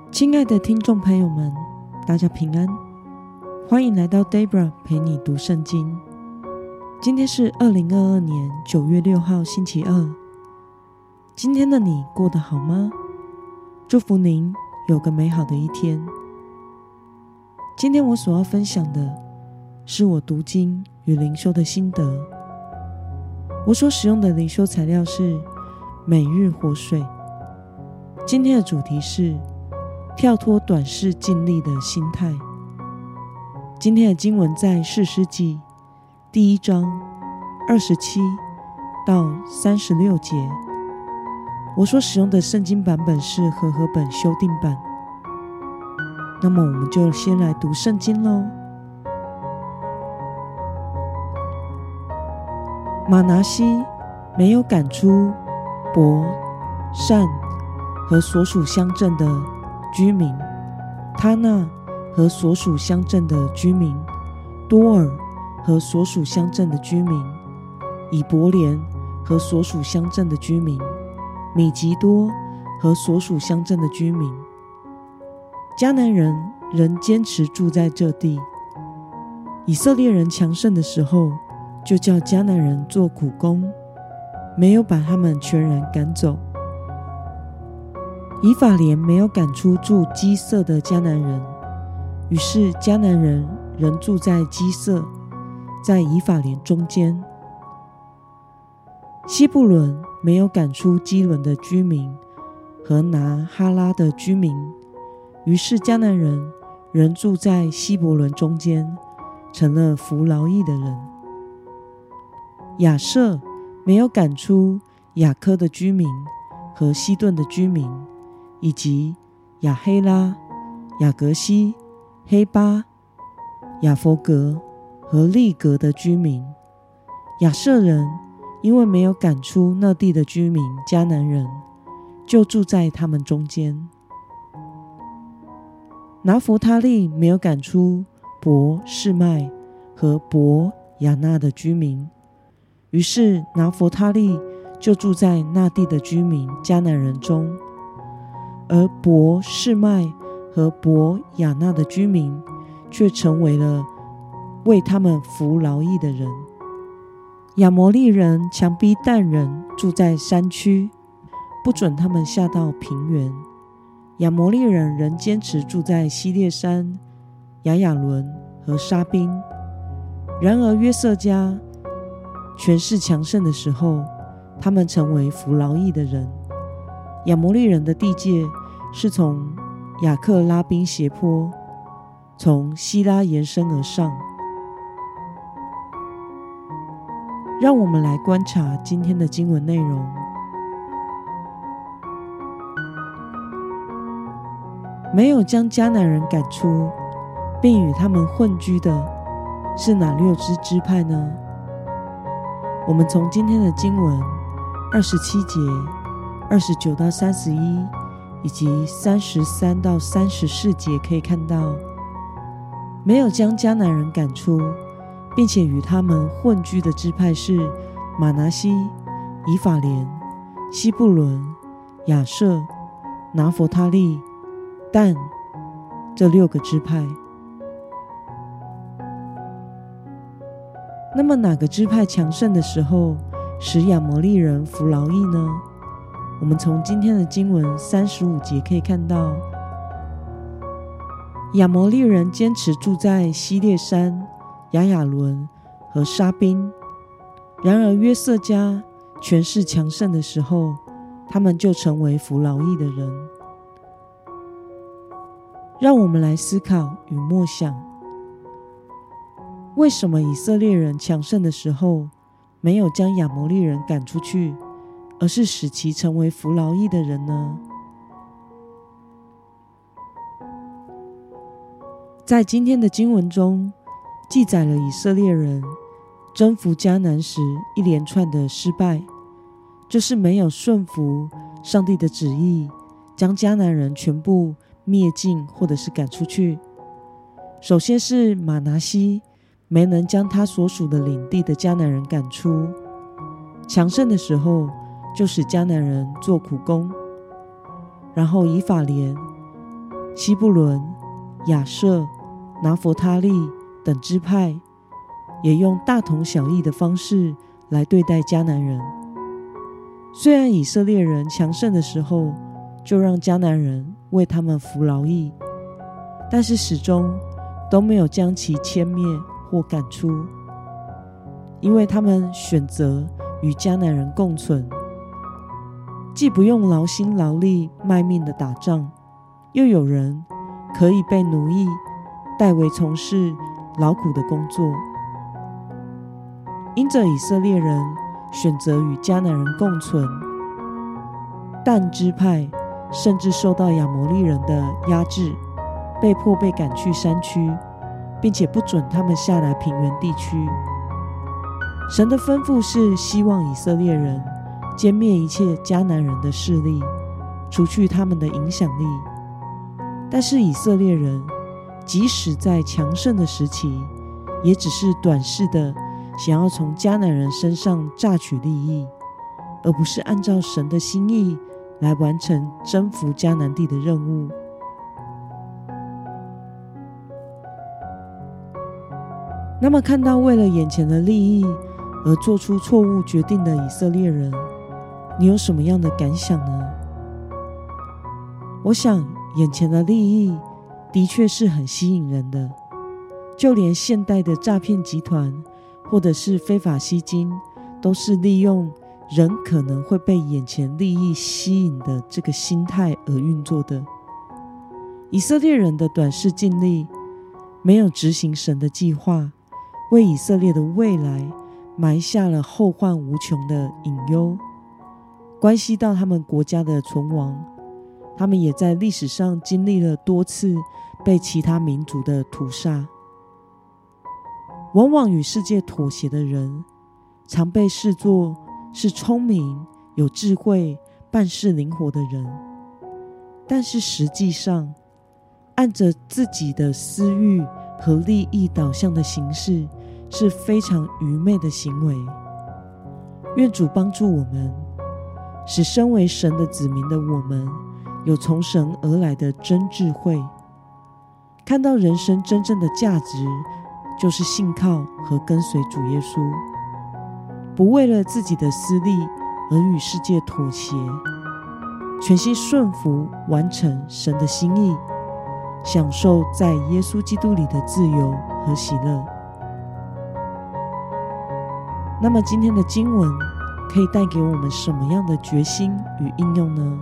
亲爱的听众朋友们，大家平安，欢迎来到 Debra 陪你读圣经。今天是2022年9月6号星期二。今天的你过得好吗？祝福您有个美好的一天。今天我所要分享的是我读经与灵修的心得。我所使用的灵修材料是每日活水。今天的主题是跳脱短视近利的心态。今天的经文在士师记第1章27到36节。我所使用的圣经版本是和合本修订版。那么我们就先来读圣经咯。玛拿西没有赶出伯、善和所属乡镇的居民，他那和所属乡镇的居民，多尔和所属乡镇的居民，以伯莲和所属乡镇的居民，米吉多和所属乡镇的居民。迦南人仍坚持住在这地。以色列人强盛的时候，就叫迦南人做苦工，没有把他们全然赶走。以法莲没有赶出住基色的迦南人，于是迦南人仍住在基色，在以法莲中间。西布伦没有赶出基伦的居民和拿哈拉的居民，于是迦南人仍住在希伯伦中间，成了服劳役的人。亚设没有赶出雅科的居民和西顿的居民，以及亚黑拉、雅革西、黑巴、亚佛格和利格的居民。亚设人因为没有赶出那地的居民迦南人，就住在他们中间。拿弗他利没有赶出伯示麦和伯亚纳的居民，于是拿弗他利就住在那地的居民迦南人中，而伯示麦和伯亚纳的居民却成为了为他们服劳役的人。亚摩利人强逼但人住在山区，不准他们下到平原。亚摩利人仍坚持住在西列山、亚雅伦和沙宾。然而约瑟家权势强盛的时候，他们成为服劳役的人。亚摩利人的地界是从雅克拉宾斜坡，从希拉延伸而上。让我们来观察今天的经文内容。没有将迦南人赶出，并与他们混居的是哪6支支派呢？我们从今天的经文27节、29到31以及33到34节可以看到，没有将迦南人赶出，并且与他们混居的支派是玛拿西、以法莲、西布伦、亚设、拿弗他利、但这6个支派。那么哪个支派强盛的时候使亚摩利人服劳役呢？我们从今天的经文35节可以看到，亚摩利人坚持住在西列山、亚雅伦和沙宾。然而约瑟家权势强盛的时候，他们就成为服劳役的人。让我们来思考与默想，为什么以色列人强盛的时候没有将亚摩利人赶出去，而是使其成为服劳役的人呢？在今天的经文中记载了以色列人征服迦南时一连串的失败，就是没有顺服上帝的旨意，将迦南人全部灭尽或者是赶出去。首先是玛拿西没能将他所属的领地的迦南人赶出，强盛的时候就使迦南人做苦工。然后以法莲西布伦、亚设、拿弗他利等支派也用大同小异的方式来对待迦南人。虽然以色列人强盛的时候就让迦南人为他们服劳役，但是始终都没有将其歼灭或赶出，因为他们选择与迦南人共存，既不用劳心劳力卖命的打仗，又有人可以被奴役代为从事劳苦的工作。因着以色列人选择与迦南人共存，但支派甚至受到亚摩利人的压制，被迫被赶去山区，并且不准他们下来平原地区。神的吩咐是希望以色列人歼灭一切迦南人的势力，除去他们的影响力。但是以色列人即使在强盛的时期，也只是短视的想要从迦南人身上榨取利益，而不是按照神的心意来完成征服迦南地的任务。那么看到为了眼前的利益而做出错误决定的以色列人，你有什么样的感想呢？我想眼前的利益的确是很吸引人的，就连现代的诈骗集团或者是非法吸金，都是利用人可能会被眼前利益吸引的这个心态而运作的。以色列人的短视尽力，没有执行神的计划，为以色列的未来埋下了后患无穷的隐忧，关系到他们国家的存亡。他们也在历史上经历了多次被其他民族的屠杀。往往与世界妥协的人，常被视作是聪明、有智慧、办事灵活的人，但是实际上，按着自己的私欲和利益导向的行事，是非常愚昧的行为。愿主帮助我们，使身为神的子民的我们，有从神而来的真智慧，看到人生真正的价值就是信靠和跟随主耶稣，不为了自己的私利而与世界妥协，全心顺服完成神的心意，享受在耶稣基督里的自由和喜乐。那么今天的经文可以带给我们什么样的决心与应用呢？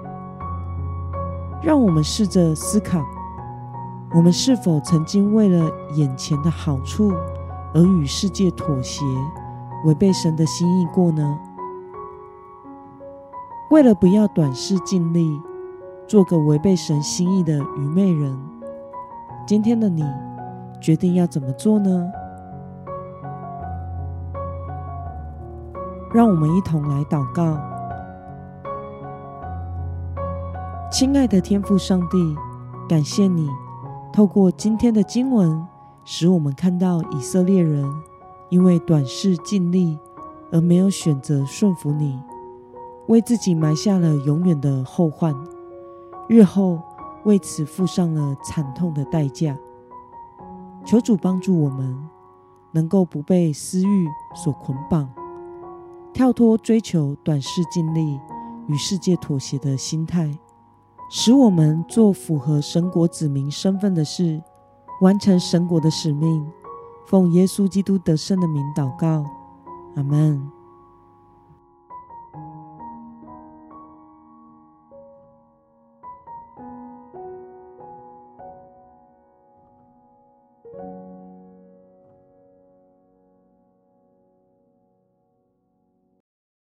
让我们试着思考，我们是否曾经为了眼前的好处而与世界妥协，违背神的心意过呢？为了不要短视尽力，做个违背神心意的愚昧人，今天的你决定要怎么做呢？让我们一同来祷告。亲爱的天父上帝，感谢你透过今天的经文，使我们看到以色列人因为短视尽力而没有选择顺服你，为自己埋下了永远的后患，日后为此付上了惨痛的代价。求主帮助我们，能够不被私欲所捆绑，跳脱追求短视尽力与世界妥协的心态，使我们做符合神国子民身份的事，完成神国的使命。奉耶稣基督得胜的名祷告，阿们。